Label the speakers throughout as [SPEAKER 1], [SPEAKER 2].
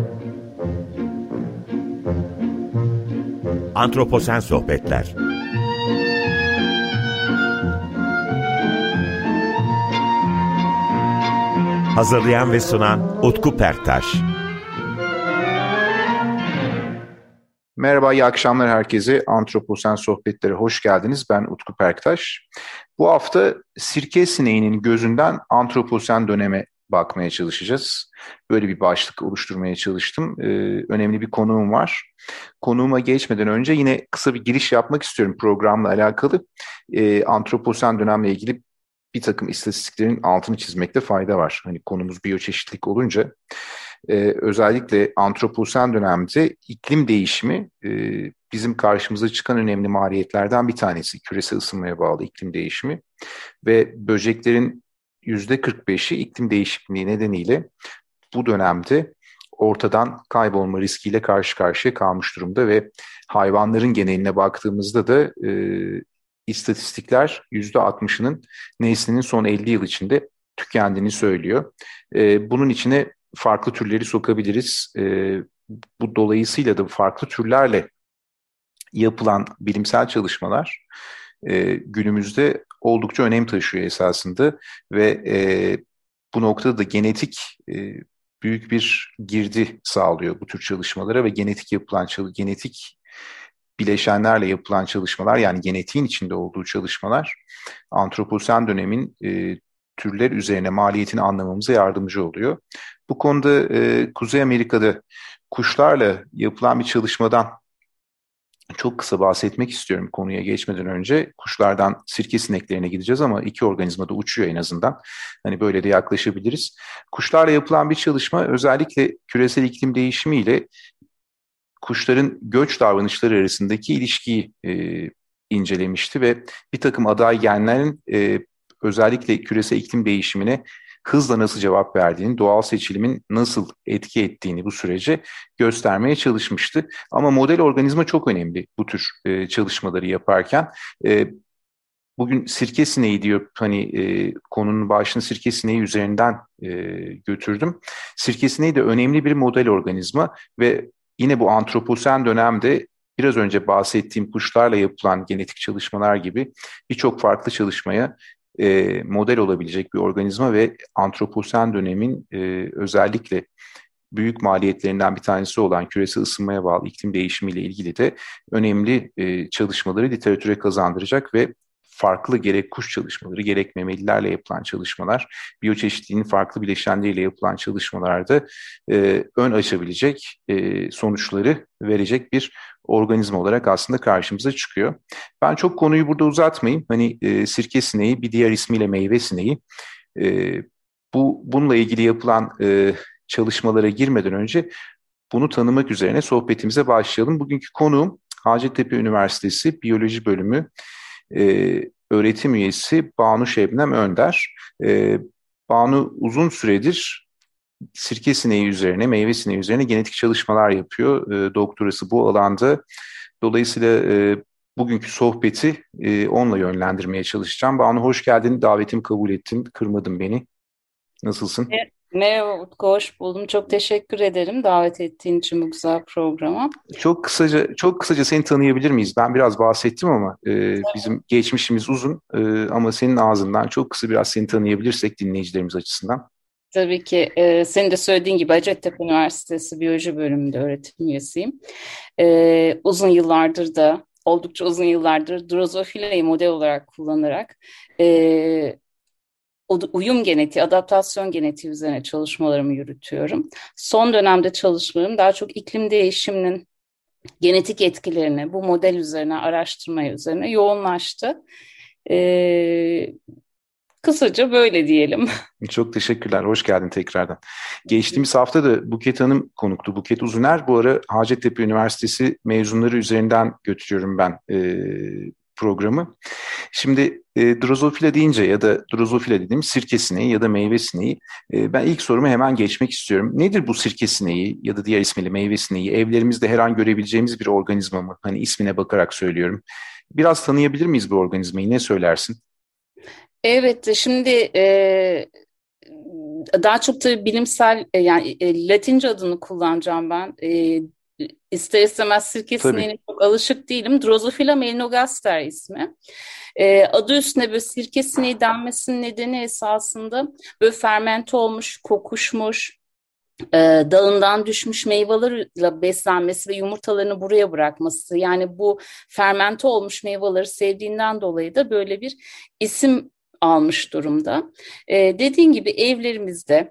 [SPEAKER 1] Antroposen Sohbetler. Hazırlayan ve sunan Utku Perktaş.
[SPEAKER 2] Merhaba, iyi akşamlar herkese. Antroposen Sohbetlere hoş geldiniz. Ben Utku Perktaş. Bu hafta sirke sineğinin gözünden antroposen döneme bakmaya çalışacağız. Böyle bir başlık oluşturmaya çalıştım. Önemli bir konuğum var. Konuğuma geçmeden önce yine kısa bir giriş yapmak istiyorum programla alakalı. Antroposen dönemle ilgili bir takım istatistiklerin altını çizmekte fayda var. Hani konumuz biyoçeşitlilik olunca özellikle antroposen dönemde iklim değişimi bizim karşımıza çıkan önemli maliyetlerden bir tanesi. Küresel ısınmaya bağlı iklim değişimi ve böceklerin %45'i iklim değişikliği nedeniyle bu dönemde ortadan kaybolma riskiyle karşı karşıya kalmış durumda ve hayvanların geneline baktığımızda da istatistikler %60'ının neslinin son 50 yıl içinde tükendiğini söylüyor. Bunun içine farklı türleri sokabiliriz. Bu dolayısıyla da farklı türlerle yapılan bilimsel çalışmalar günümüzde oldukça önem taşıyor esasında ve bu noktada da genetik büyük bir girdi sağlıyor bu tür çalışmalara ve genetik bileşenlerle yapılan çalışmalar, yani genetiğin içinde olduğu çalışmalar antroposen dönemin türler üzerine maliyetini anlamamıza yardımcı oluyor. Bu konuda Kuzey Amerika'da kuşlarla yapılan bir çalışmadan çok kısa bahsetmek istiyorum konuya geçmeden önce. Kuşlardan sirke sineklerine gideceğiz ama iki organizma da uçuyor en azından. Hani böyle de yaklaşabiliriz. Kuşlarla yapılan bir çalışma özellikle küresel iklim değişimiyle kuşların göç davranışları arasındaki ilişkiyi incelemişti ve bir takım aday genlerin özellikle küresel iklim değişimine hızla nasıl cevap verdiğini, doğal seçilimin nasıl etki ettiğini bu sürece göstermeye çalışmıştı. Ama model organizma çok önemli bu tür çalışmaları yaparken. Bugün sirke sineği diyor, hani konunun başını sirke sineği üzerinden götürdüm. Sirke sineği de önemli bir model organizma ve yine bu antroposen dönemde biraz önce bahsettiğim kuşlarla yapılan genetik çalışmalar gibi birçok farklı çalışmaya model olabilecek bir organizma ve antroposen dönemin özellikle büyük maliyetlerinden bir tanesi olan küresel ısınmaya bağlı iklim değişimiyle ilgili de önemli çalışmaları literatüre kazandıracak ve farklı gerek kuş çalışmaları gerek memelilerle yapılan çalışmalar, biyoçeşitliliğin farklı bileşenleriyle yapılan çalışmalarda ön açabilecek sonuçları verecek bir organizma olarak aslında karşımıza çıkıyor. Ben çok konuyu burada uzatmayayım. Hani sirke sineği, bir diğer ismiyle meyve sineği. Bununla ilgili yapılan çalışmalara girmeden önce bunu tanımak üzerine sohbetimize başlayalım. Bugünkü konuğum Hacettepe Üniversitesi Biyoloji Bölümü öğretim üyesi Banu Şebnem Önder. Banu uzun süredir sirke sineği üzerine, meyve sineği üzerine genetik çalışmalar yapıyor. Doktorası bu alanda. Dolayısıyla bugünkü sohbeti onunla yönlendirmeye çalışacağım. Banu hoş geldin, davetimi kabul ettin, kırmadın beni. Nasılsın?
[SPEAKER 3] Merhaba Utku, hoş buldum. Çok teşekkür ederim davet ettiğin için bu güzel programa.
[SPEAKER 2] Çok kısaca seni tanıyabilir miyiz? Ben biraz bahsettim ama bizim geçmişimiz uzun ama senin ağzından çok kısa biraz seni tanıyabilirsek dinleyicilerimiz açısından.
[SPEAKER 3] Tabii ki senin de söylediğin gibi Hacettepe Üniversitesi Biyoloji Bölümünde öğretim üyesiyim. Oldukça uzun yıllardır Drosophila'yı model olarak kullanarak uyum genetiği, adaptasyon genetiği üzerine çalışmalarımı yürütüyorum. Son dönemde çalışmalarım daha çok iklim değişiminin genetik etkilerini bu model üzerine araştırmaya üzerine yoğunlaştı. Kısaca böyle diyelim.
[SPEAKER 2] Çok teşekkürler. Hoş geldin tekrardan. Geçtiğimiz hafta da Buket Hanım konuktu. Buket Uzuner. Bu ara Hacettepe Üniversitesi mezunları üzerinden götürüyorum ben programı. Şimdi Drosophila deyince ya da Drosophila dediğimiz sirke sineği ya da meyve sineği, ben ilk soruma hemen geçmek istiyorum. Nedir bu sirke sineği ya da diğer ismiyle meyve sineği? Evlerimizde her an görebileceğimiz bir organizma mı? Hani ismine bakarak söylüyorum. Biraz tanıyabilir miyiz bu organizmayı? Ne söylersin?
[SPEAKER 3] Evet, şimdi Daha çok tabii bilimsel yani Latince adını kullanacağım ben. İster istemez sirke
[SPEAKER 2] Tabii.
[SPEAKER 3] sineğine çok alışık değilim. Drosophila melanogaster ismi. Adı üstünde böyle sirke sineği denmesinin nedeni esasında böyle fermente olmuş, kokuşmuş, dalından düşmüş meyvelerle beslenmesi ve yumurtalarını buraya bırakması. Yani bu fermente olmuş meyveleri sevdiğinden dolayı da böyle bir isim almış durumda. Dediğin gibi evlerimizde,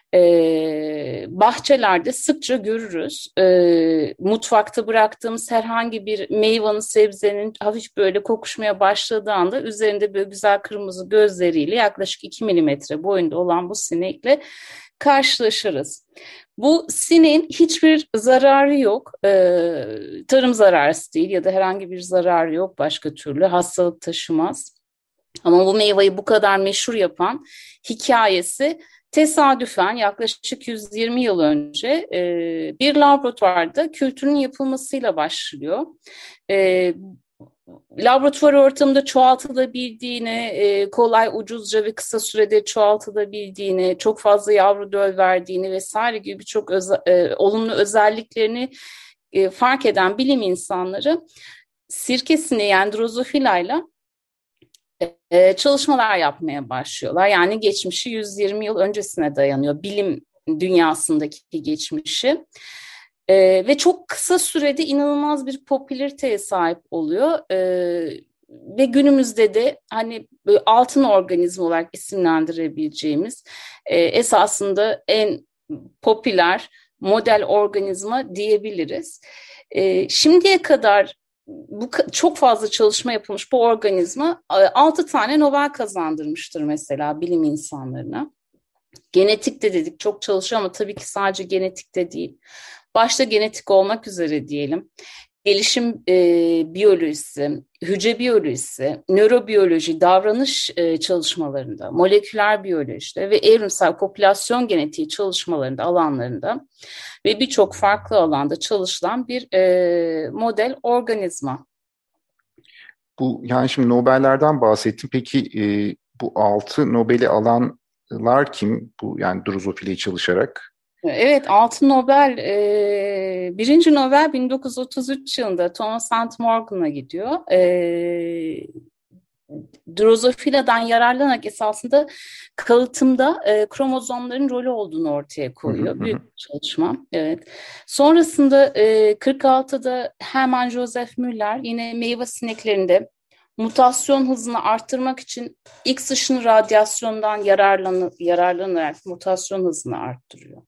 [SPEAKER 3] bahçelerde sıkça görürüz. Mutfakta bıraktığımız herhangi bir meyvanın, sebzenin hafif böyle kokuşmaya başladığı anda üzerinde böyle güzel kırmızı gözleriyle yaklaşık 2 milimetre boyunda olan bu sinekle karşılaşırız. Bu sineğin hiçbir zararı yok. Tarım zararlısı değil ya da herhangi bir zararı yok, başka türlü hastalık taşımaz. Ama bu meyveyi bu kadar meşhur yapan hikayesi tesadüfen yaklaşık 120 yıl önce bir laboratuvarda kültürün yapılmasıyla başlıyor. Laboratuvar ortamında çoğaltılabildiğini, kolay, ucuzca ve kısa sürede çoğaltılabildiğini, çok fazla yavru döl verdiğini vesaire gibi birçok olumlu özelliklerini fark eden bilim insanları sirkesini yani Drosophila'yla çalışmalar yapmaya başlıyorlar. Yani geçmişi 120 yıl öncesine dayanıyor. Bilim dünyasındaki geçmişi. Ve çok kısa sürede inanılmaz bir popülariteye sahip oluyor. Ve günümüzde de hani böyle altın organizma olarak isimlendirebileceğimiz esasında en popüler model organizma diyebiliriz. Şimdiye kadar çok fazla çalışma yapılmış bu organizma 6 tane Nobel kazandırmıştır mesela bilim insanlarına. Genetikte dedik çok çalışıyor ama tabii ki sadece genetikte değil. Başta genetik olmak üzere diyelim. Gelişim biyolojisi, hücre biyolojisi, nörobiyoloji, davranış çalışmalarında, moleküler biyolojide ve evrimsel popülasyon genetiği çalışmalarında alanlarında ve birçok farklı alanda çalışılan bir model organizma.
[SPEAKER 2] Bu yani şimdi Nobel'lerden bahsettim. Peki bu 6 Nobel'i alanlar kim? Bu yani Drosophila'yı çalışarak.
[SPEAKER 3] Evet, altın Nobel, birinci Nobel 1933 yılında Thomas Hunt Morgan'a gidiyor. Drosophila'dan yararlanarak esasında kalıtımda kromozomların rolü olduğunu ortaya koyuyor. Büyük bir çalışma. Evet. Sonrasında 46'da Hermann Joseph Müller yine meyve sineklerinde mutasyon hızını arttırmak için X ışını radyasyondan yararlanarak mutasyon hızını arttırıyor.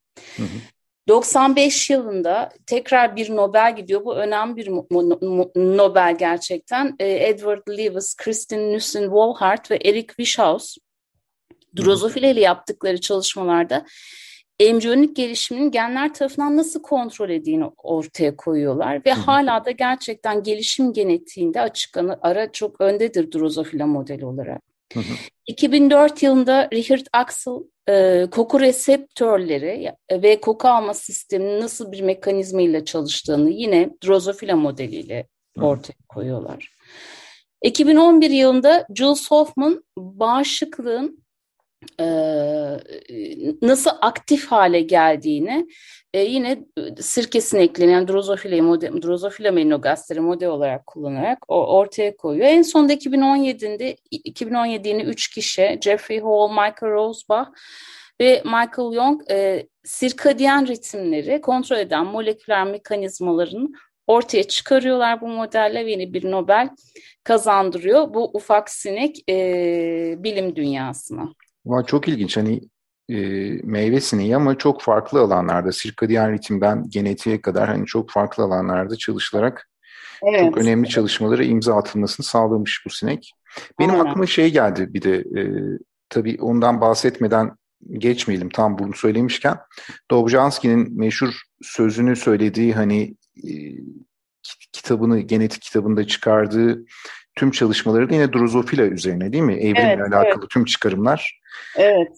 [SPEAKER 3] 95 yılında tekrar bir Nobel gidiyor. Bu önemli bir Nobel gerçekten. Edward Lewis, Kristin Nissen-Volhard ve Eric Wieshaus Drosophila ile yaptıkları çalışmalarda embriyonik gelişiminin genler tarafından nasıl kontrol edildiğini ortaya koyuyorlar ve hala da gerçekten gelişim genetiğinde açık ara çok öndedir Drosophila modeli olarak. 2004 yılında Richard Axel koku reseptörleri ve koku alma sisteminin nasıl bir mekanizma ile çalıştığını yine Drosophila modeliyle ortaya koyuyorlar. 2011 yılında Jules Hoffman bağışıklığın nasıl aktif hale geldiğini yine sirke sineklerini yani Drosophila melanogaster'i model olarak kullanarak ortaya koyuyor. En sonunda 2017'de yine 3 kişi Jeffrey Hall, Michael Rosbach ve Michael Young sirkadiyen ritimleri kontrol eden moleküler mekanizmaların ortaya çıkarıyorlar bu modelle ve yeni bir Nobel kazandırıyor bu ufak sinek bilim dünyasına.
[SPEAKER 2] Çok ilginç hani meyve sineği ama çok farklı alanlarda sirkadiyen ritimden genetiğe kadar hani çok farklı alanlarda çalışılarak çok önemli çalışmalara imza atılmasını sağlamış bu sinek. Benim aklıma şey geldi bir de tabii ondan bahsetmeden geçmeyelim tam bunu söylemişken Dobzhansky'nin meşhur sözünü söylediği hani kitabını genetik kitabında çıkardığı tüm çalışmaları da yine Drosophila üzerine değil mi? Evrimle alakalı tüm çıkarımlar.
[SPEAKER 3] Evet.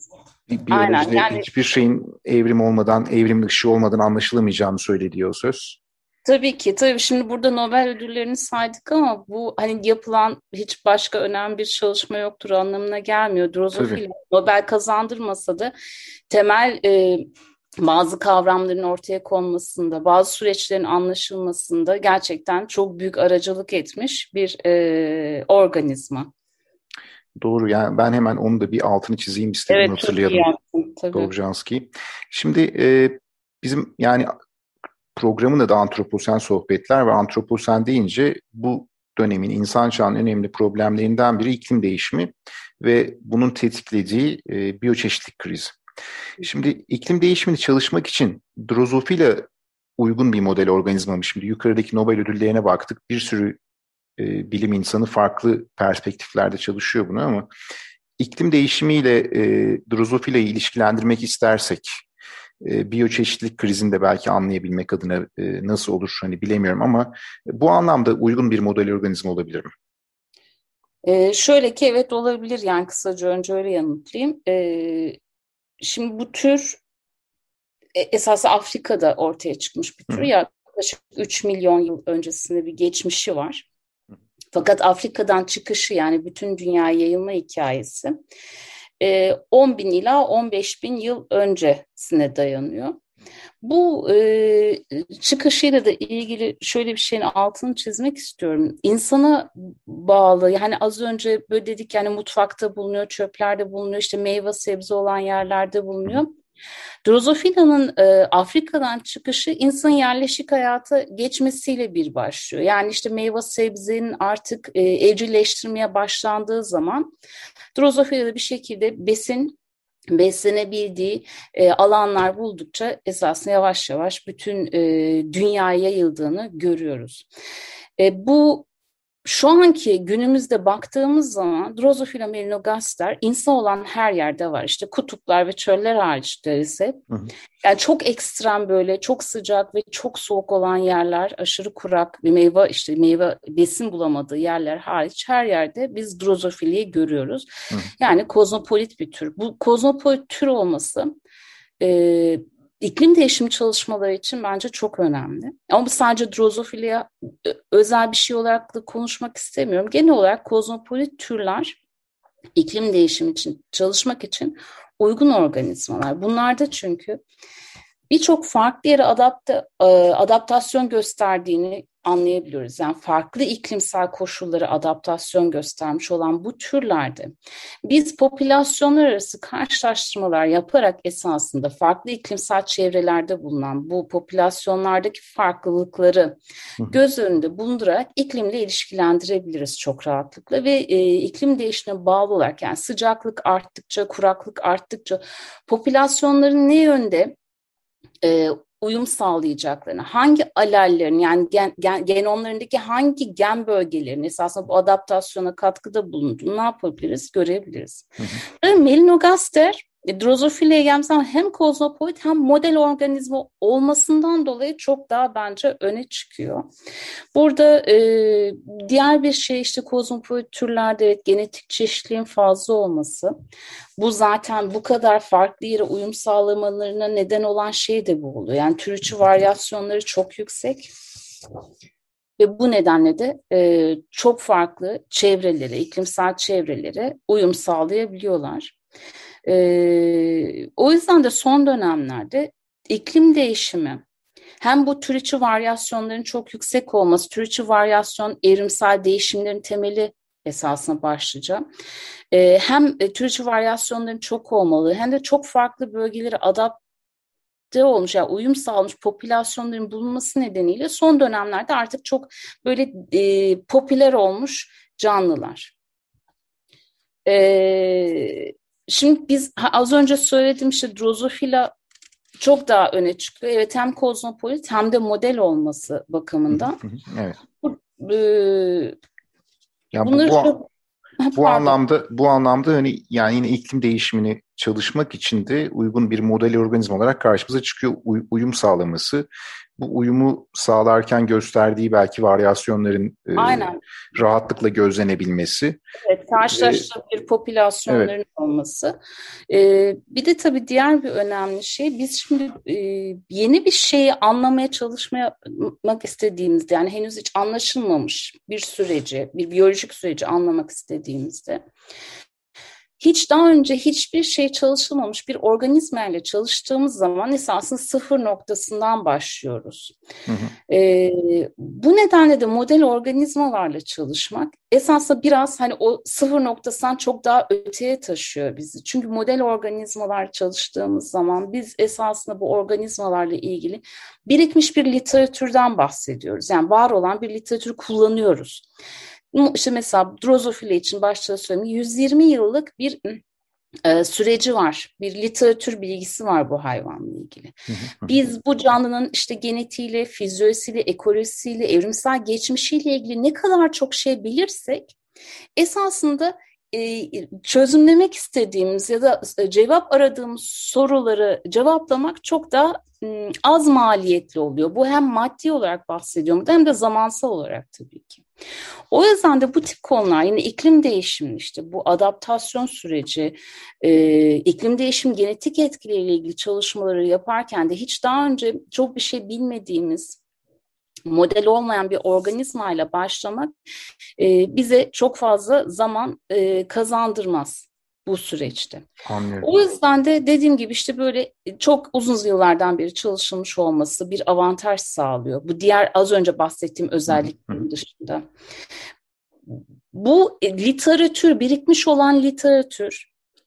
[SPEAKER 2] Biyolojide hiçbir şeyin evrim dışı olmadan anlaşılamayacağını söylediği o söz.
[SPEAKER 3] Tabii ki. Tabii şimdi burada Nobel ödüllerini saydık ama bu hani yapılan hiç başka önemli bir çalışma yoktur anlamına gelmiyor.
[SPEAKER 2] Tabii.
[SPEAKER 3] Drozofila Nobel kazandırmasa da temel bazı kavramların ortaya konmasında, bazı süreçlerin anlaşılmasında gerçekten çok büyük aracılık etmiş bir organizma.
[SPEAKER 2] Doğru, yani ben hemen onu da bir altını çizeyim istedim,
[SPEAKER 3] Evet, çok iyi
[SPEAKER 2] hatırlayalım
[SPEAKER 3] yaptın tabii.
[SPEAKER 2] Dobzhansky'yi. Şimdi bizim yani programın adı Antroposen Sohbetler ve antroposen deyince bu dönemin insan çağının önemli problemlerinden biri iklim değişimi ve bunun tetiklediği biyoçeşitlilik krizi. Şimdi iklim değişimini çalışmak için drozofila uygun bir model organizmamış. Şimdi yukarıdaki Nobel ödüllerine baktık. Bir sürü bilim insanı farklı perspektiflerde çalışıyor bunu ama iklim değişimiyle drozofila'yı ilişkilendirmek istersek biyoçeşitlilik krizini de belki anlayabilmek adına nasıl olur hani bilemiyorum ama bu anlamda uygun bir model organizma olabilir mi?
[SPEAKER 3] Şöyle ki evet olabilir yani kısaca önce öyle yanıtlayayım. Şimdi bu tür esası Afrika'da ortaya çıkmış bir
[SPEAKER 2] Hı
[SPEAKER 3] tür.
[SPEAKER 2] hı.
[SPEAKER 3] Yaklaşık 3 milyon yıl öncesinde bir geçmişi var. Fakat Afrika'dan çıkışı yani bütün dünyaya yayılma hikayesi 10 bin ila 15 bin yıl öncesine dayanıyor. Bu çıkışıyla da ilgili şöyle bir şeyin altını çizmek istiyorum. İnsana bağlı yani az önce böyle dedik yani mutfakta bulunuyor, çöplerde bulunuyor, işte meyve sebze olan yerlerde
[SPEAKER 2] Hı
[SPEAKER 3] bulunuyor.
[SPEAKER 2] hı.
[SPEAKER 3] Drozofila'nın Afrika'dan çıkışı insan yerleşik hayata geçmesiyle bir başlıyor. Yani işte meyve sebzenin artık evcilleştirmeye başlandığı zaman Drozofila bir şekilde beslenebildiği alanlar buldukça esasında yavaş yavaş bütün dünyaya yayıldığını görüyoruz. Bu şu anki günümüzde baktığımız zaman Drosophila melanogaster insan olan her yerde var. İşte kutuplar ve çöller hariç ise
[SPEAKER 2] Hı hı.
[SPEAKER 3] yani çok ekstrem böyle çok sıcak ve çok soğuk olan yerler, aşırı kurak bir meyve besin bulamadığı yerler hariç her yerde biz Drosophila'yı görüyoruz.
[SPEAKER 2] Hı hı.
[SPEAKER 3] Yani kozmopolit bir tür. Bu kozmopolit tür olması e, iklim değişimi çalışmaları için bence çok önemli. Ama bu sadece Drosophila özel bir şey olarak da konuşmak istemiyorum. Genel olarak kozmopolit türler iklim değişimi için çalışmak için uygun organizmalar. Bunlarda çünkü birçok farklı yere adaptasyon gösterdiğini anlayabiliyoruz. Yani farklı iklimsel koşullara adaptasyon göstermiş olan bu türlerde biz popülasyonlar arası karşılaştırmalar yaparak esasında farklı iklimsel çevrelerde bulunan bu popülasyonlardaki farklılıkları
[SPEAKER 2] Hı hı.
[SPEAKER 3] göz önünde bulundurarak iklimle ilişkilendirebiliriz çok rahatlıkla ve iklim değişimine bağlı olarak yani sıcaklık arttıkça, kuraklık arttıkça popülasyonların ne yönde e, uyum sağlayacaklarını, hangi alellerin yani genomlarındaki hangi gen bölgelerinin esasında bu adaptasyona katkıda bulunduğunu ne yapabiliriz, görebiliriz.
[SPEAKER 2] Hı hı.
[SPEAKER 3] Melanogaster, Drosophila'ya gelmem hem kozmopolit hem model organizma olmasından dolayı çok daha bence öne çıkıyor. Burada diğer bir şey işte kozmopolit türlerde evet, genetik çeşitliliğin fazla olması. Bu zaten bu kadar farklı yere uyum sağlamalarına neden olan şey de bu oluyor. Yani tür içi varyasyonları çok yüksek. Ve bu nedenle de çok farklı çevrelere, iklimsel çevrelere uyum sağlayabiliyorlar. O yüzden de son dönemlerde iklim değişimi hem bu tür içi varyasyonların çok yüksek olması, tür içi varyasyon evrimsel değişimlerin temeli esasına başlayacağım. Hem tür içi varyasyonların çok olmalı hem de çok farklı bölgelere adapte olmuş, yani uyum sağlamış popülasyonların bulunması nedeniyle son dönemlerde artık çok böyle popüler olmuş canlılar. Şimdi biz az önce söylediğim işte Drosophila çok daha öne çıkıyor. Evet hem kozmopolit hem de model olması
[SPEAKER 2] Hı
[SPEAKER 3] bakımından.
[SPEAKER 2] hı. Evet.
[SPEAKER 3] E,
[SPEAKER 2] Yani
[SPEAKER 3] bunları çok
[SPEAKER 2] bu
[SPEAKER 3] pardon.
[SPEAKER 2] anlamda hani yani yine iklim değişimini çalışmak için de uygun bir model organizma olarak karşımıza çıkıyor. Uyum sağlaması. Bu uyumu sağlarken gösterdiği belki varyasyonların
[SPEAKER 3] Aynen.
[SPEAKER 2] rahatlıkla gözlenebilmesi.
[SPEAKER 3] Evet, karşılaştırılabilir popülasyonların
[SPEAKER 2] Evet.
[SPEAKER 3] olması. Bir de tabii diğer bir önemli şey, biz şimdi yeni bir şeyi anlamaya çalışmak istediğimizde, yani henüz hiç anlaşılmamış bir süreci, bir biyolojik süreci anlamak istediğimizde, hiç daha önce hiçbir şey çalışılmamış bir organizmayla çalıştığımız zaman esasında sıfır noktasından başlıyoruz.
[SPEAKER 2] Hı hı.
[SPEAKER 3] Bu nedenle de model organizmalarla çalışmak esasında biraz hani o sıfır noktasından çok daha öteye taşıyor bizi. Çünkü model organizmalar çalıştığımız zaman biz esasında bu organizmalarla ilgili birikmiş bir literatürden bahsediyoruz. Yani var olan bir literatürü kullanıyoruz. İşte mesela drozofila için başta söyleyeyim, 120 yıllık bir süreci var. Bir literatür bilgisi var bu hayvanla ilgili. Biz bu canlının işte genetiğiyle, fizyolojisiyle, ekolojisiyle, evrimsel geçmişiyle ilgili ne kadar çok şey bilirsek esasında çözümlemek istediğimiz ya da cevap aradığımız soruları cevaplamak çok daha az maliyetli oluyor. Bu hem maddi olarak bahsediyorum hem de zamansal olarak tabii ki. O yüzden de bu tip konular, yine iklim değişimi, işte bu adaptasyon süreci, iklim değişimi genetik etkileriyle ilgili çalışmaları yaparken de hiç daha önce çok bir şey bilmediğimiz, model olmayan bir organizmayla başlamak bize çok fazla zaman kazandırmaz bu süreçte.
[SPEAKER 2] Anlıyorum.
[SPEAKER 3] O yüzden de dediğim gibi işte böyle çok uzun yıllardan beri çalışılmış olması bir avantaj sağlıyor. Bu diğer az önce bahsettiğim özelliklerin dışında. Bu literatür, birikmiş olan literatür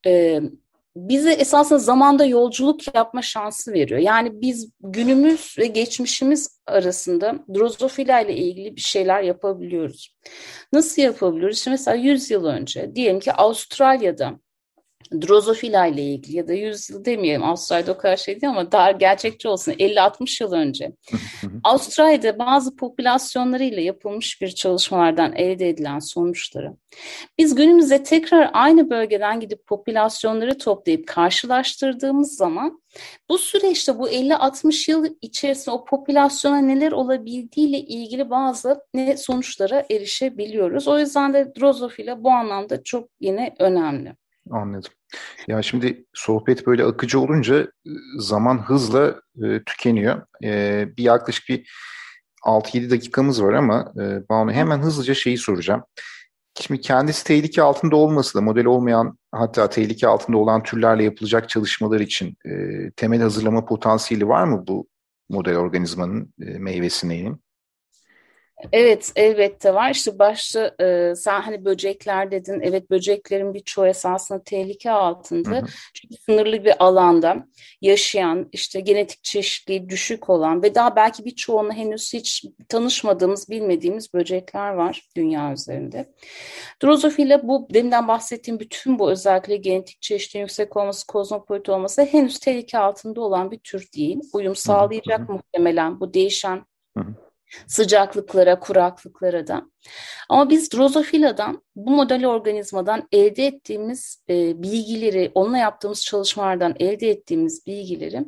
[SPEAKER 3] bize esasında zamanda yolculuk yapma şansı veriyor. Yani biz günümüz ve geçmişimiz arasında drozofila ile ilgili bir şeyler yapabiliyoruz. Nasıl yapabiliyoruz? İşte mesela 100 yıl önce diyelim ki Avustralya'da drozofila ile ilgili, ya da 100 yıl demeyelim, Avustralya'da o kadar şey değil ama daha gerçekçi olsun, 50-60 yıl önce Avustralya'da bazı popülasyonlarıyla yapılmış bir çalışmalardan elde edilen sonuçları biz günümüzde tekrar aynı bölgeden gidip popülasyonları toplayıp karşılaştırdığımız zaman bu süreçte, bu 50-60 yıl içerisinde o popülasyona neler olabildiğiyle ilgili bazı sonuçlara erişebiliyoruz. O yüzden de drozofila bu anlamda çok yine önemli.
[SPEAKER 2] Anladım. Ya şimdi sohbet böyle akıcı olunca zaman hızla tükeniyor. Bir yaklaşık bir 6-7 dakikamız var ama Banu, hemen hızlıca şeyi soracağım. Şimdi kendisi tehlike altında olması da model olmayan, hatta tehlike altında olan türlerle yapılacak çalışmalar için temel hazırlama potansiyeli var mı bu model organizmanın, meyve sineğinin?
[SPEAKER 3] Evet, elbette var. İşte başta sen hani böcekler dedin. Evet, böceklerin birçoğu esasında tehlike altında. Çünkü sınırlı bir alanda yaşayan, işte genetik çeşitliliği düşük olan ve daha belki birçoğunu henüz hiç tanışmadığımız, bilmediğimiz böcekler var dünya üzerinde. Drozofila, bu deminden bahsettiğim bütün bu özellikle genetik çeşitliliğin yüksek olması, kozmopolit olması, henüz tehlike altında olan bir tür değil. Uyum sağlayacak muhtemelen bu değişen sıcaklıklara, kuraklıklara da. Ama biz drozofila'dan, bu model organizmadan elde ettiğimiz bilgileri, onunla yaptığımız çalışmalardan elde ettiğimiz bilgileri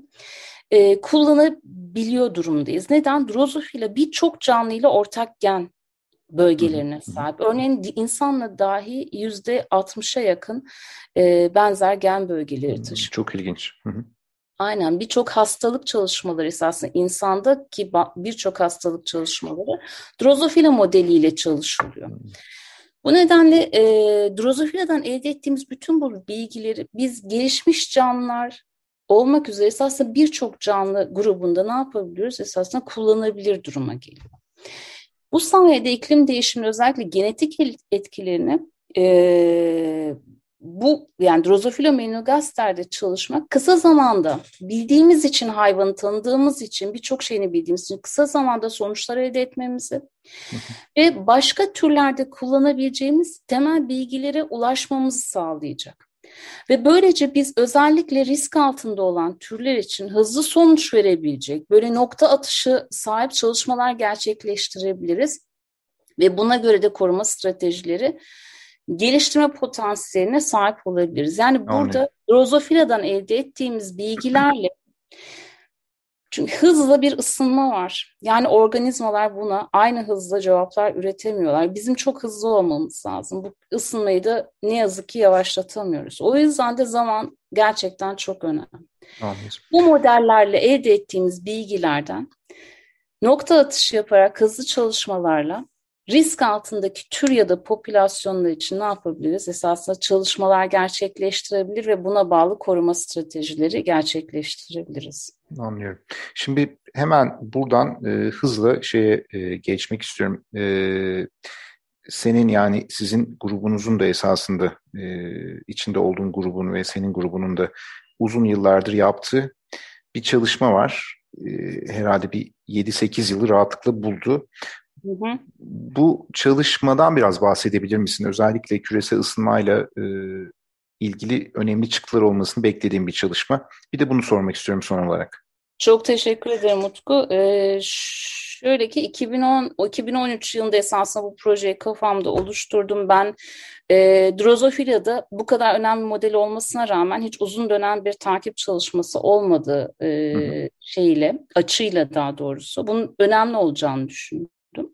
[SPEAKER 3] kullanabiliyor durumdayız. Neden? Drozofila birçok canlıyla ortak gen bölgelerine sahip. Örneğin insanla dahi %60'a yakın benzer gen bölgeleri taşıyor.
[SPEAKER 2] Çok ilginç.
[SPEAKER 3] Aynen, birçok hastalık çalışmaları, esasında insandaki birçok hastalık çalışmaları drozofila modeliyle çalışılıyor. Bu nedenle drozofila'dan elde ettiğimiz bütün bu bilgileri biz gelişmiş canlılar olmak üzere esasında birçok canlı grubunda ne yapabiliyoruz? Esasında kullanılabilir duruma geliyor. Bu sayede iklim değişiminin özellikle genetik etkilerini bu, yani Drosophila melanogaster'de çalışmak, kısa zamanda bildiğimiz için, hayvanı tanıdığımız için, birçok şeyini bildiğimiz için kısa zamanda sonuçlar elde etmemizi ve başka türlerde kullanabileceğimiz temel bilgilere ulaşmamızı sağlayacak. Ve böylece biz özellikle risk altında olan türler için hızlı sonuç verebilecek, böyle nokta atışı sahip çalışmalar gerçekleştirebiliriz. Ve buna göre de koruma stratejileri geliştirme potansiyeline sahip olabiliriz. Yani burada Drosophila'dan elde ettiğimiz bilgilerle, çünkü hızla bir ısınma var. Yani organizmalar buna aynı hızla cevaplar üretemiyorlar. Bizim çok hızlı olmamız lazım. Bu ısınmayı da ne yazık ki yavaşlatamıyoruz. O yüzden de zaman gerçekten çok önemli.
[SPEAKER 2] Anladım.
[SPEAKER 3] Bu modellerle elde ettiğimiz bilgilerden nokta atışı yaparak hızlı çalışmalarla risk altındaki tür ya da popülasyonlar için ne yapabiliriz? Esasında çalışmalar gerçekleştirebilir ve buna bağlı koruma stratejileri gerçekleştirebiliriz.
[SPEAKER 2] Anlıyorum. Şimdi hemen buradan hızla geçmek istiyorum. Senin, yani sizin grubunuzun da esasında içinde olduğun grubun ve senin grubunun da uzun yıllardır yaptığı bir çalışma var. Herhalde bir 7-8 yılı rahatlıkla buldu.
[SPEAKER 3] Hı hı.
[SPEAKER 2] Bu çalışmadan biraz bahsedebilir misin? Özellikle küresel ısınmayla ilgili önemli çıktılar olmasını beklediğim bir çalışma. Bir de bunu sormak istiyorum son olarak.
[SPEAKER 3] Çok teşekkür ederim Utku. Şöyle ki 2013 yılında esasında bu projeyi kafamda oluşturdum. Ben Drosophila'da bu kadar önemli model olmasına rağmen hiç uzun dönem bir takip çalışması olmadığı açıyla daha doğrusu bunun önemli olacağını düşündüm.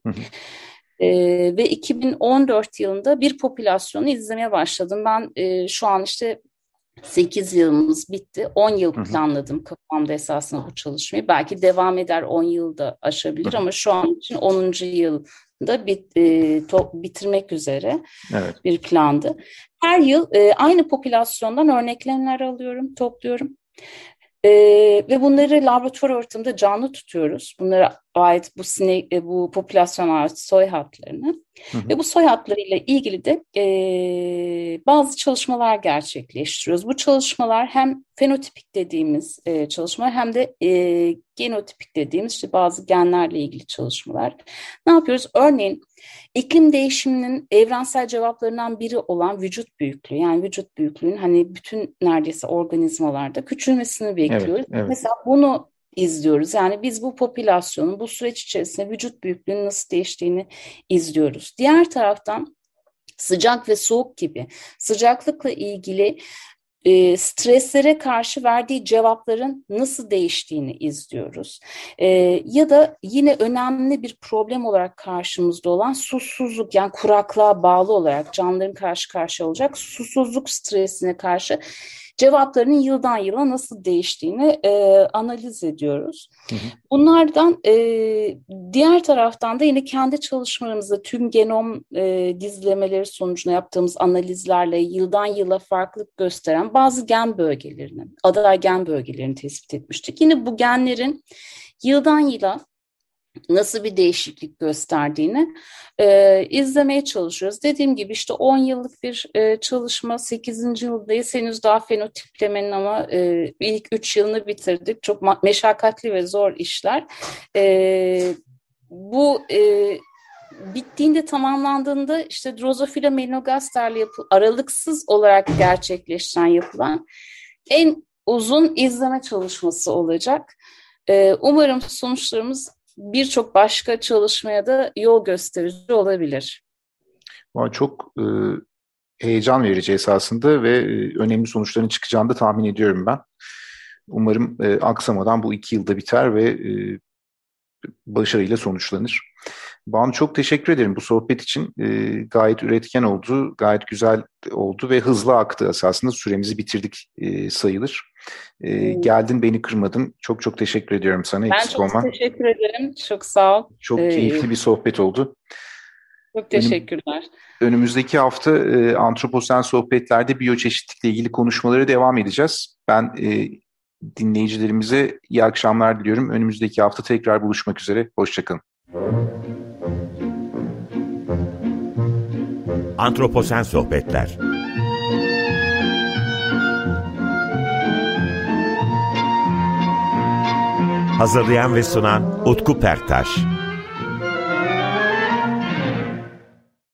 [SPEAKER 3] Ve 2014 yılında bir popülasyonu izlemeye başladım. Ben şu an işte 8 yılımız bitti. 10 yıl planladım kafamda esasında bu çalışmayı. Belki devam eder, 10 yılda aşabilir ama şu an için 10. yılda bitirmek üzere bir plandı. Her yıl aynı popülasyondan örneklemler alıyorum, topluyorum. Ve bunları laboratuvar ortamında canlı tutuyoruz. Bunlara ait bu popülasyona ait soy hatlarını. Ve bu soy hatlarıyla ilgili de bazı çalışmalar gerçekleştiriyoruz. Bu çalışmalar hem fenotipik dediğimiz çalışmalar hem de genotipik dediğimiz işte bazı genlerle ilgili çalışmalar. Ne yapıyoruz? Örneğin iklim değişiminin evrensel cevaplarından biri olan vücut büyüklüğü, yani vücut büyüklüğünün hani bütün neredeyse organizmalarda küçülmesini bekliyoruz.
[SPEAKER 2] Evet.
[SPEAKER 3] Mesela bunu izliyoruz. Yani biz bu popülasyonun bu süreç içerisinde vücut büyüklüğünün nasıl değiştiğini izliyoruz. Diğer taraftan sıcak ve soğuk gibi sıcaklıkla ilgili streslere karşı verdiği cevapların nasıl değiştiğini izliyoruz. Ya da yine önemli bir problem olarak karşımızda olan susuzluk, yani kuraklığa bağlı olarak canlıların karşı karşıya olacak susuzluk stresine karşı cevaplarının yıldan yıla nasıl değiştiğini analiz ediyoruz. Bunlardan diğer taraftan da yine kendi çalışmalarımızda tüm genom dizlemeleri sonucunda yaptığımız analizlerle yıldan yıla farklılık gösteren bazı gen bölgelerini, aday gen bölgelerini tespit etmiştik. Yine bu genlerin yıldan yıla nasıl bir değişiklik gösterdiğini izlemeye çalışıyoruz. Dediğim gibi işte 10 yıllık bir çalışma, 8. yıldayız. Henüz daha fenotiplemenin ama ilk 3 yılını bitirdik. Çok meşakkatli ve zor işler. Bu bittiğinde, tamamlandığında işte Drosophila melanogaster'le aralıksız olarak gerçekleştiren yapılan en uzun izleme çalışması olacak. Umarım sonuçlarımız birçok başka çalışmaya da yol gösterici olabilir.
[SPEAKER 2] Çok heyecan verici esasında ve önemli sonuçların çıkacağını da tahmin ediyorum ben. Umarım aksamadan bu 2 yılda biter ve başarıyla sonuçlanır. Banu, çok teşekkür ederim bu sohbet için. Gayet üretken oldu, gayet güzel oldu ve hızlı aktı esasında. Süremizi bitirdik sayılır. Geldin, beni kırmadın. Çok çok teşekkür ediyorum sana.
[SPEAKER 3] Ben çok teşekkür ederim. Çok sağ ol.
[SPEAKER 2] Çok keyifli bir sohbet oldu.
[SPEAKER 3] Çok teşekkürler.
[SPEAKER 2] Önümüzdeki hafta Antroposen Sohbetler'de biyoçeşitlikle ilgili konuşmalara devam edeceğiz. Ben dinleyicilerimize iyi akşamlar diliyorum. Önümüzdeki hafta tekrar buluşmak üzere. Hoşçakalın.
[SPEAKER 1] Antroposen Sohbetler. Hazırlayan ve sunan Utku Perktaş.